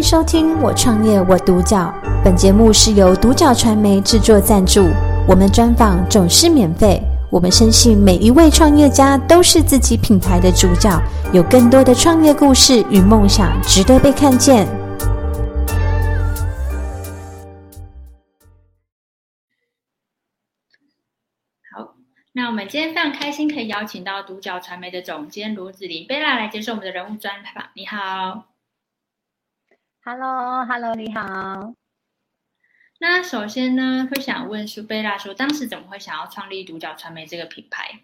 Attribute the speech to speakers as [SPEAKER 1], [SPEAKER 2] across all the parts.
[SPEAKER 1] 收听我创业我独角，本节目是由独角传媒制作赞助，我们专访总是免费。我们深信每一位创业家都是自己品牌的主角，有更多的创业故事与梦想值得被看见。
[SPEAKER 2] 好，那我们今天非常开心可以邀请到独角传媒的总监卢子琳贝拉来接受我们的人物专访。你好。
[SPEAKER 3] Hello，你好。
[SPEAKER 2] 那首先呢，会想问苏贝拉说，当时怎么会想要创立独角传媒这个品牌？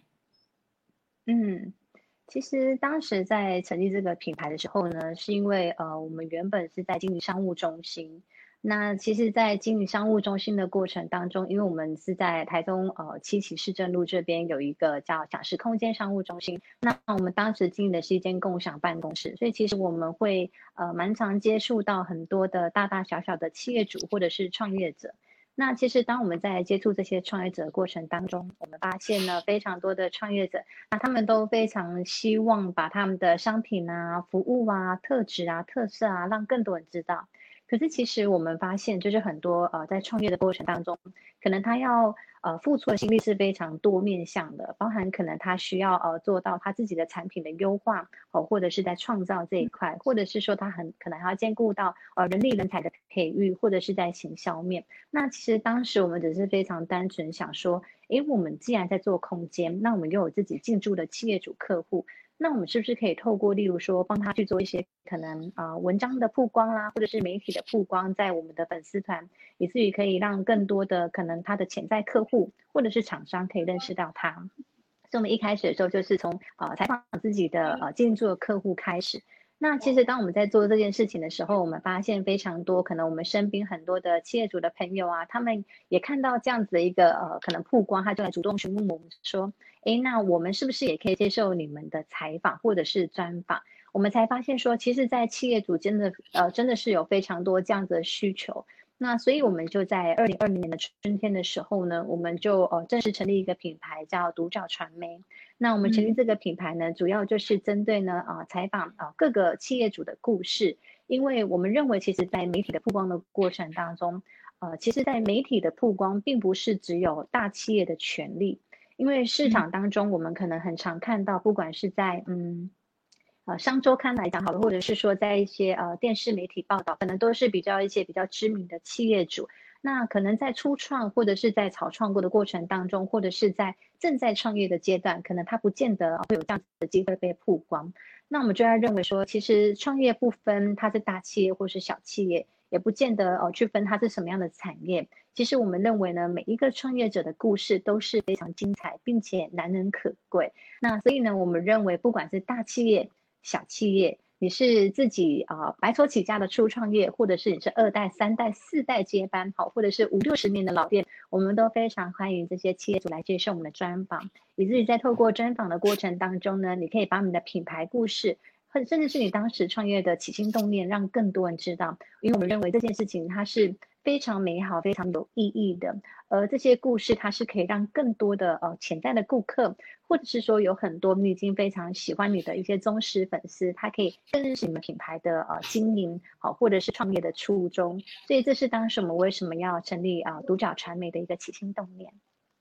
[SPEAKER 3] 其实当时在成立这个品牌的时候呢，是因为我们原本是在经营商务中心。那其实在经营商务中心的过程当中，因为我们是在台中七期市政路这边有一个叫享食空间商务中心，那我们当时经营的是一间共享办公室，所以其实我们会蛮常接触到很多的大大小小的企业主或者是创业者。那其实当我们在接触这些创业者的过程当中，我们发现呢，非常多的创业者，那他们都非常希望把他们的商品啊、服务啊、特质啊、特色啊，让更多人知道。可是其实我们发现，就是很多在创业的过程当中，可能他要付出的心力是非常多面向的，包含可能他需要做到他自己的产品的优化，或者是在创造这一块，或者是说他可能还要兼顾到人力人才的培育，或者是在行销面。那其实当时我们只是非常单纯想说，我们既然在做空间，那我们又有自己进驻的企业主客户，那我们是不是可以透过例如说帮他去做一些可能文章的曝光啦，或者是媒体的曝光在我们的粉丝团，以至于可以让更多的可能他的潜在客户或者是厂商可以认识到他。所以我们一开始的时候就是从采访自己的进驻的客户开始。那其实当我们在做这件事情的时候，我们发现非常多可能我们身边很多的企业主的朋友啊，他们也看到这样子的一个可能曝光，他就来主动询问我们说，那我们是不是也可以接受你们的采访或者是专访？我们才发现说，其实在企业主真的是有非常多这样子的需求。那所以我们就在2020年的春天的时候呢，我们就正式成立一个品牌叫独角传媒。那我们成立这个品牌呢，主要就是针对呢采访各个企业主的故事，因为我们认为其实在媒体的曝光的过程当中，其实在媒体的曝光并不是只有大企业的权利，因为市场当中我们可能很常看到，不管是在商周刊来讲好了，或者是说在一些电视媒体报道，可能都是一些比较知名的企业主。那可能在初创或者是在草创过的过程当中，或者是在正在创业的阶段，可能他不见得会有这样子的机会被曝光。那我们就要认为说，其实创业不分它是大企业或是小企业，也不见得去分它是什么样的产业。其实我们认为呢，每一个创业者的故事都是非常精彩，并且难能可贵。那所以呢，我们认为不管是大企业、小企业，你是自己白手起家的初创业，或者是你是2代、3代、4代接班，好，或者是50-60年的老店，我们都非常欢迎这些企业主来接受我们的专访，以至于在透过专访的过程当中呢，你可以把你的品牌故事，甚至是你当时创业的起心动念，让更多人知道，因为我们认为这件事情它是非常美好、非常有意义的，而这些故事它是可以让更多的潜在的顾客，或者是说有很多你已经非常喜欢你的一些忠实粉丝，他可以更认识你们品牌的经营，好，或者是创业的初衷。所以这是当时我们为什么要成立独角传媒的一个起心动念。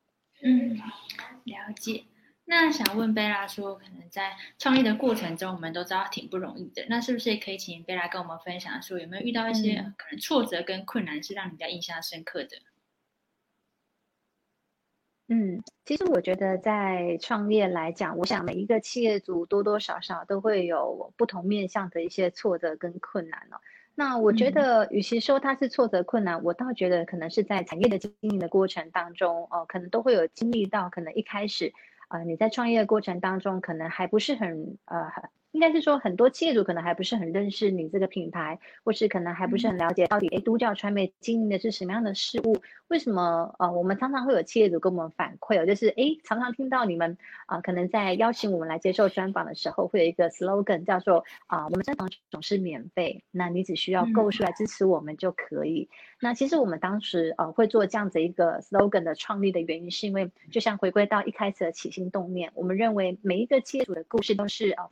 [SPEAKER 2] 了解。那想问贝拉说，可能在创业的过程中，我们都知道挺不容易的，那是不是也可以请贝拉跟我们分享说，有没有遇到一些可能挫折跟困难是让你比较印象深刻的？
[SPEAKER 3] 其实我觉得在创业来讲，我想每一个企业主多多少少都会有不同面向的一些挫折跟困难哦。那我觉得与其说它是挫折困难，我倒觉得可能是在产业的经营的过程当中，可能都会有经历到，可能一开始你在创业的过程当中，可能还不是应该是说很多企业主可能还不是很认识你这个品牌，或是可能还不是很了解到底独角传媒经营的是什么样的事物。为什么我们常常会有企业主跟我们反馈就是常常听到你们可能在邀请我们来接受专访的时候，会有一个 slogan 叫做我们专访总是免费，那你只需要购书来支持我们就可以。那其实我们当时会做这样子一个 slogan 的创立的原因，是因为就像回归到一开始的起心动念，我们认为每一个企业主的故事都是非常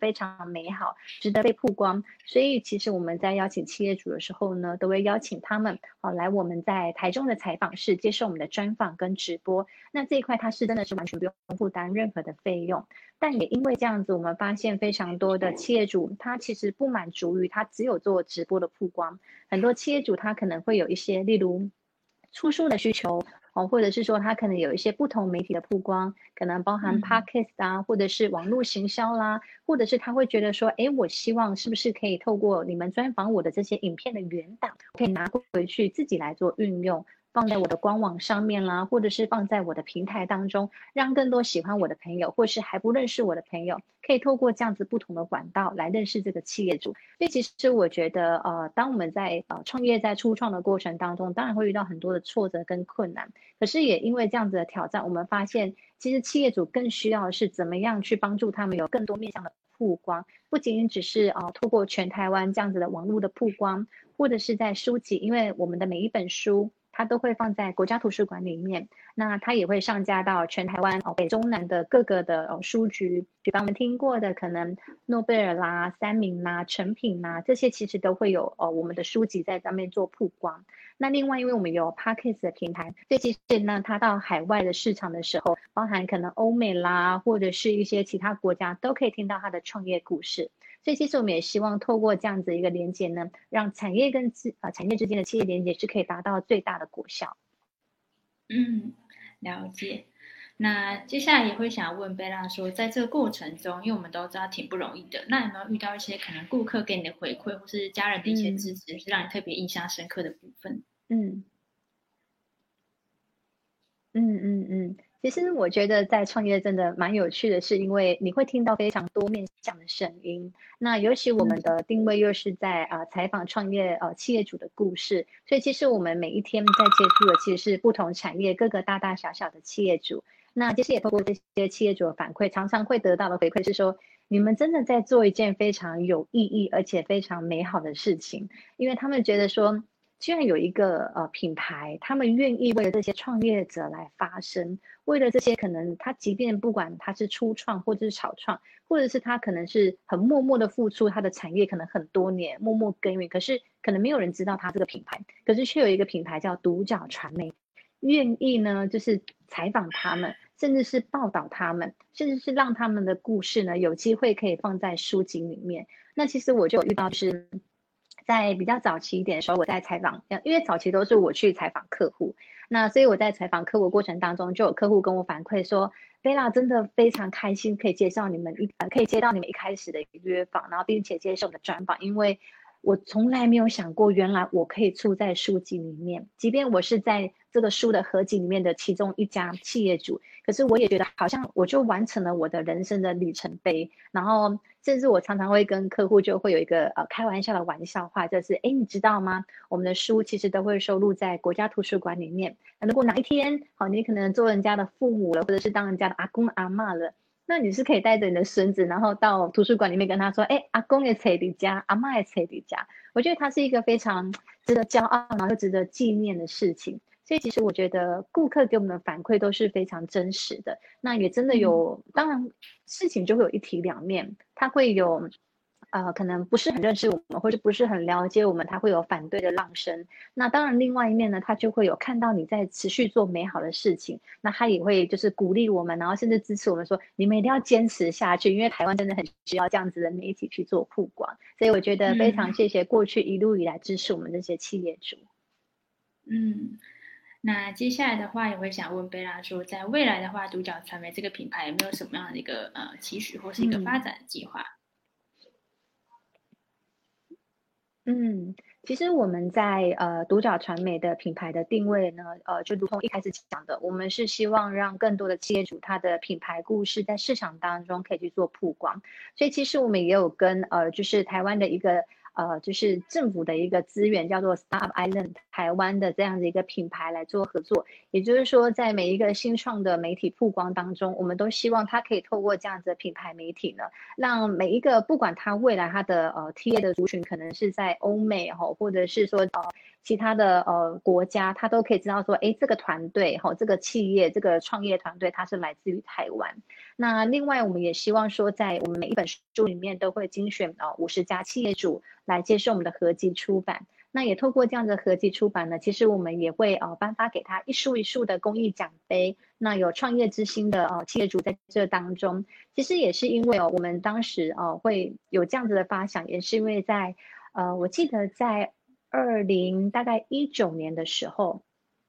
[SPEAKER 3] 美好，值得被曝光。所以其实我们在邀请企业主的时候呢，都会邀请他们来我们在台中的采访室接受我们的专访跟直播。那这一块它是真的是完全不用负担任何的费用，但也因为这样子，我们发现非常多的企业主他其实不满足于他只有做直播的曝光，很多企业主他可能会有一些例如出书的需求或者是说他可能有一些不同媒体的曝光，可能包含 podcast 啊，或者是网络行销啦，或者是他会觉得说，我希望是不是可以透过你们专访我的这些影片的原档，可以拿回去自己来做运用，放在我的官网上面啦，或者是放在我的平台当中，让更多喜欢我的朋友，或是还不认识我的朋友，可以透过这样子不同的管道来认识这个企业主。所以其实我觉得，当我们在创业在初创的过程当中，当然会遇到很多的挫折跟困难，可是也因为这样子的挑战，我们发现其实企业主更需要的是怎么样去帮助他们有更多面向的曝光，不仅仅只是透过全台湾这样子的网络的曝光，或者是在书籍，因为我们的每一本书它都会放在国家图书馆里面，那它也会上架到全台湾北中南的各个的书局，比方我们听过的可能诺贝尔啦、三民啦、诚品啦，这些其实都会有我们的书籍在上面做曝光。那另外因为我们有 Podcast 的平台，所以其实呢它到海外的市场的时候，包含可能欧美啦，或者是一些其他国家都可以听到它的创业故事。所以其实我们也希望透过这样子一个连结呢，让产业跟产业之间的企业连结是可以达到最大的果效。
[SPEAKER 2] 了解。那接下来也会想问贝拉说，在这个过程中，因为我们都知道挺不容易的，那有没有遇到一些可能顾客给你的回馈，或是家人的一些支持，是让你特别印象深刻的部分？
[SPEAKER 3] 其实我觉得在创业真的蛮有趣的，是因为你会听到非常多面向的声音。那尤其我们的定位又是在采访创业企业主的故事，所以其实我们每一天在接触的其实是不同产业各个大大小小的企业主。那其实也透过这些企业主的反馈，常常会得到的回馈是说，你们真的在做一件非常有意义而且非常美好的事情，因为他们觉得说，居然有一个品牌，他们愿意为了这些创业者来发声，为了这些可能他即便不管他是初创或者是草创，或者是他可能是很默默的付出他的产业可能很多年，默默耕耘，可是可能没有人知道他这个品牌，可是却有一个品牌叫独角传媒，愿意呢就是采访他们，甚至是报道他们，甚至是让他们的故事呢有机会可以放在书籍里面。那其实我就有遇到是在比较早期一点的时候，我在采访，因为早期都是我去采访客户，那所以我在采访客户过程当中，就有客户跟我反馈说，贝拉真的非常开心可以接到你们一开始的一个约访，然后并且接受我的专访，因为我从来没有想过，原来我可以出在书籍里面，即便我是在这个书的合集里面的其中一家企业主，可是我也觉得好像我就完成了我的人生的里程碑。然后甚至我常常会跟客户就会有一个开玩笑的玩笑话，就是你知道吗？我们的书其实都会收录在国家图书馆里面。如果哪一天你可能做人家的父母了，或者是当人家的阿公阿嬷了，那你是可以带着你的孙子，然后到图书馆里面跟他说，阿公也在你家，阿嬷也在你家。我觉得它是一个非常值得骄傲，然后又值得纪念的事情。所以其实我觉得顾客给我们的反馈都是非常真实的，那也真的有，当然事情就会有一体两面，它会有可能不是很认识我们，或者不是很了解我们，他会有反对的浪声。那当然另外一面呢，他就会有看到你在持续做美好的事情，那他也会就是鼓励我们，然后甚至支持我们说，你们一定要坚持下去，因为台湾真的很需要这样子的媒体去做曝光。所以我觉得非常谢谢过去一路以来支持我们这些企业主。
[SPEAKER 2] 那接下来的话，也会想问贝拉说，在未来的话，独角传媒这个品牌有没有什么样的一个期许或是一个发展计划？
[SPEAKER 3] 其实我们在独角传媒的品牌的定位呢，就如同一开始讲的，我们是希望让更多的企业主他的品牌故事在市场当中可以去做曝光，所以其实我们也有跟就是台湾的一个就是政府的一个资源叫做 Startup Island 台湾的这样的一个品牌来做合作，也就是说在每一个新创的媒体曝光当中，我们都希望它可以透过这样子的品牌媒体呢，让每一个不管它未来它的TA 的族群可能是在欧美或者是说其他的国家，它都可以知道说，这个团队这个企业这个创业团队它是来自于台湾。 那另外我们也希望说，在我们每一本书里面都会精选50家企业主来接受我们的合集出版。那也透过这样的合集出版呢，其实我们也会颁发给他一书一书的公益奖杯。那有创业之星的企业主在这当中，其实也是因为我们当时会有这样子的发想，也是因为在我记得在大概19年的时候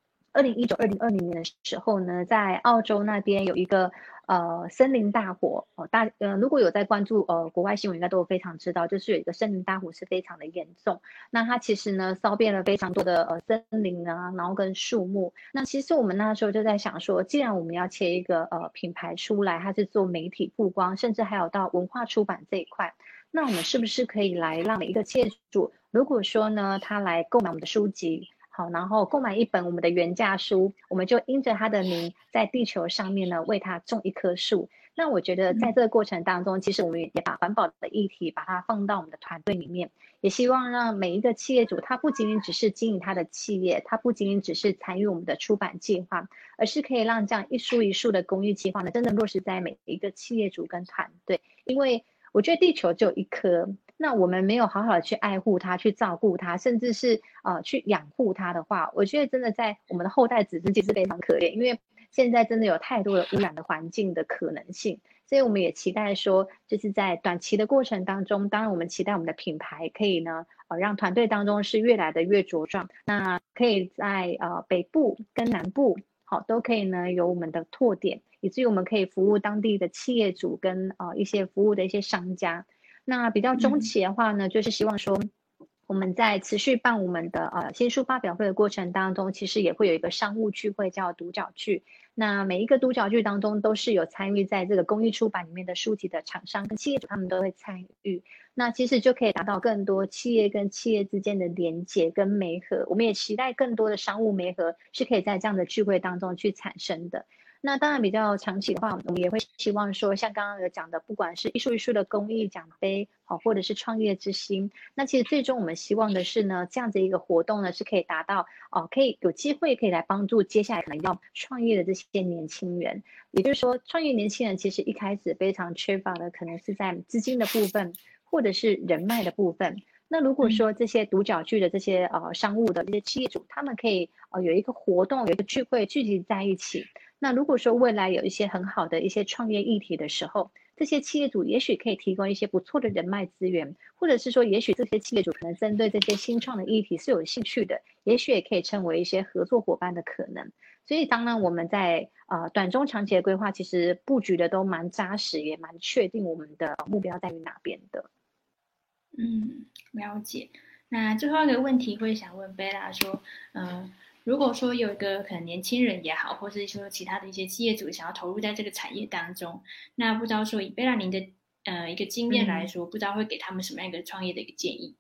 [SPEAKER 3] ，2019、2020年的时候呢，在澳洲那边有一个森林大火如果有在关注国外新闻，应该都非常知道，就是有一个森林大火是非常的严重。那它其实呢烧遍了非常多的森林啊，然后跟树木。那其实我们那时候就在想说，既然我们要切一个品牌出来，它是做媒体曝光，甚至还有到文化出版这一块，那我们是不是可以来让每一个企业主，如果说呢他来购买我们的书籍，好，然后购买一本我们的原价书，我们就因着他的名，在地球上面呢为他种一棵树。那我觉得在这个过程当中，其实我们也把环保的议题把它放到我们的团队里面，也希望让每一个企业主，他不仅仅只是经营他的企业，他不仅仅只是参与我们的出版计划，而是可以让这样一书一书的公益计划呢，真的落实在每一个企业主跟团队。因为我觉得地球只有一颗，那我们没有好好的去爱护它，去照顾它，甚至是去养护它的话，我觉得真的在我们的后代子孙其实非常可怜，因为现在真的有太多的污染的环境的可能性。所以我们也期待说，就是在短期的过程当中，当然我们期待我们的品牌可以呢让团队当中是越来的越茁壮，那可以在北部跟南部好都可以呢有我们的拓点，以至于我们可以服务当地的企业主跟一些服务的一些商家。那比较中期的话呢，就是希望说我们在持续办我们的新书发表会的过程当中，其实也会有一个商务聚会叫独角剧。那每一个独角剧当中都是有参与在这个公益出版里面的书籍的厂商跟企业主，他们都会参与。那其实就可以达到更多企业跟企业之间的连结跟媒合。我们也期待更多的商务媒合是可以在这样的聚会当中去产生的。那当然比较长期的话，我们也会希望说，像刚刚有讲的，不管是一书一书的公益奖杯，或者是创业之星，那其实最终我们希望的是呢，这样子一个活动呢，是可以达到可以有机会可以来帮助接下来可能要创业的这些年轻人。也就是说，创业年轻人其实一开始非常缺乏的，可能是在资金的部分，或者是人脉的部分。那如果说这些独角剧的这些商务的这些企业主，他们可以有一个活动，有一个聚会聚集在一起。那如果说未来有一些很好的一些创业议题的时候，这些企业主也许可以提供一些不错的人脉资源，或者是说也许这些企业主可能针对这些新创的议题是有兴趣的，也许也可以成为一些合作伙伴的可能。所以当然我们在短中长期的规划其实布局的都蛮扎实，也蛮确定我们的目标在于哪边的。
[SPEAKER 2] 了解。那最后一个问题会想问贝拉说，如果说有一个可能年轻人也好，或是说其他的一些企业主想要投入在这个产业当中，那不知道说以贝拉您的一个经验来说，不知道会给他们什么样一个创业的一个建议？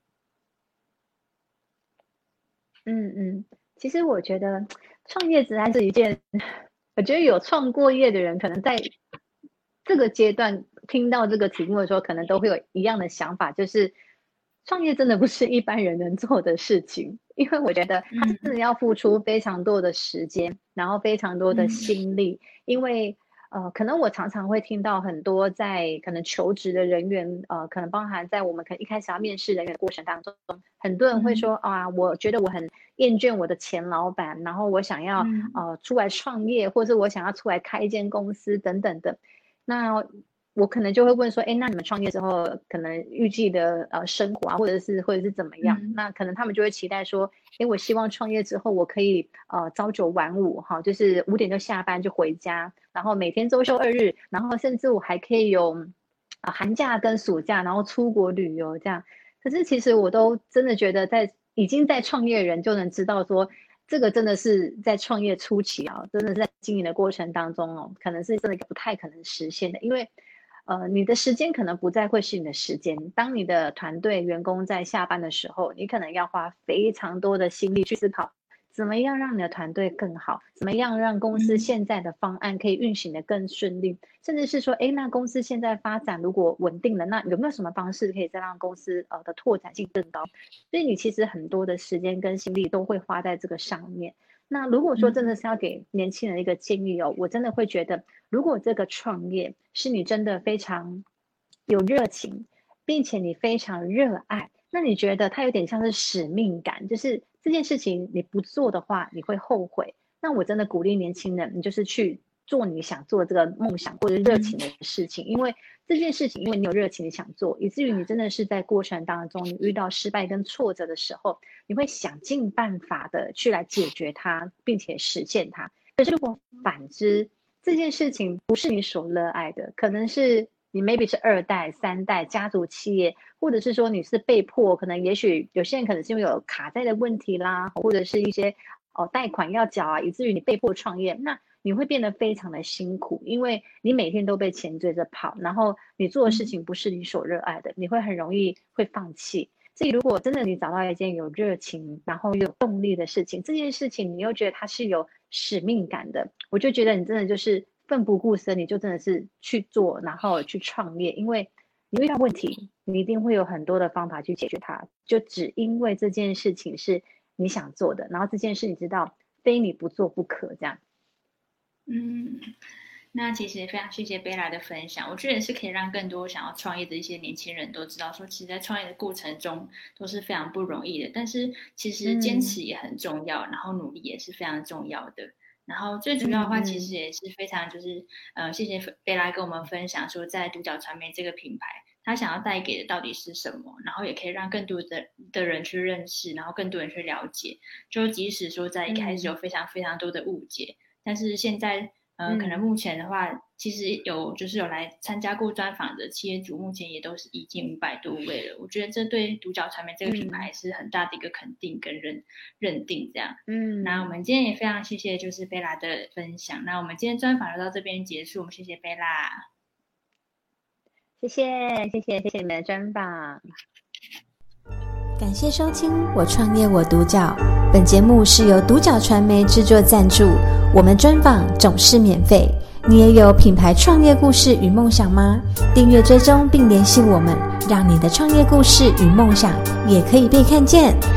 [SPEAKER 3] 其实我觉得创业只是一件，我觉得有创过业的人，可能在这个阶段听到这个题目的时候，可能都会有一样的想法，就是创业真的不是一般人能做的事情，因为我觉得他真的要付出非常多的时间，然后非常多的心力，因为可能我常常会听到很多在可能求职的人员，可能包含在我们可能一开始要面试人员的过程当中，很多人会说我觉得我很厌倦我的前老板，然后我想要出来创业，或者我想要出来开一间公司等等的。那我可能就会问说，那你们创业之后可能预计的生活或者是怎么样？那可能他们就会期待说，我希望创业之后我可以朝九晚五就是5点就下班就回家，然后每天周休2日，然后甚至我还可以有寒假跟暑假，然后出国旅游这样。可是其实我都真的觉得已经在创业的人就能知道说，这个真的是在创业初期真的是在经营的过程当中可能是真的不太可能实现的，因为你的时间可能不再会是你的时间。当你的团队员工在下班的时候，你可能要花非常多的心力去思考，怎么样让你的团队更好，怎么样让公司现在的方案可以运行的更顺利，甚至是说那公司现在发展如果稳定了，那有没有什么方式可以再让公司的拓展性更高？所以你其实很多的时间跟心力都会花在这个上面。 那如果说真的是要给年轻人一个建议哦，我真的会觉得，如果这个创业是你真的非常有热情，并且你非常热爱，那你觉得它有点像是使命感，就是这件事情你不做的话，你会后悔。那我真的鼓励年轻人，你就是去做你想做这个梦想或者热情的事情，因为这件事情，因为你有热情，你想做，以至于你真的是在过程当中，你遇到失败跟挫折的时候，你会想尽办法的去来解决它，并且实现它。可是如果反之，这件事情不是你所热爱的，可能是你 maybe 是2代、3代家族企业，或者是说你是被迫，可能也许有些人可能是因为有卡债的问题啦，或者是一些贷款要缴啊，以至于你被迫创业，那你会变得非常的辛苦，因为你每天都被钱追着跑，然后你做的事情不是你所热爱的，你会很容易会放弃。所以如果真的你找到一件有热情然后又有动力的事情，这件事情你又觉得它是有使命感的，我就觉得你真的就是奋不顾身，你就真的是去做，然后去创业。因为你遇到问题，你一定会有很多的方法去解决它，就只因为这件事情是你想做的，然后这件事你知道非你不做不可，这样。
[SPEAKER 2] 那其实非常谢谢贝拉的分享，我觉得也是可以让更多想要创业的一些年轻人都知道说，其实在创业的过程中都是非常不容易的，但是其实坚持也很重要，然后努力也是非常重要的。然后最主要的话，其实也是非常就是谢谢贝拉跟我们分享说，在独角传媒这个品牌，他想要带给的到底是什么，然后也可以让更多的人去认识，然后更多人去了解。就即使说在一开始有非常非常多的误解，但是现在可能目前的话，其实有来参加过专访的企业主，目前也都是已经500多位了。我觉得这对独角传媒这个品牌是很大的一个肯定跟认定，这样。那我们今天也非常谢谢就是贝拉的分享。那我们今天专访就到这边结束，我们谢谢贝拉，
[SPEAKER 3] 谢谢你们的专访。
[SPEAKER 1] 感谢收听《我创业我独角》，本节目是由独角传媒制作赞助，我们专访总是免费。你也有品牌创业故事与梦想吗？订阅追踪并联系我们，让你的创业故事与梦想也可以被看见。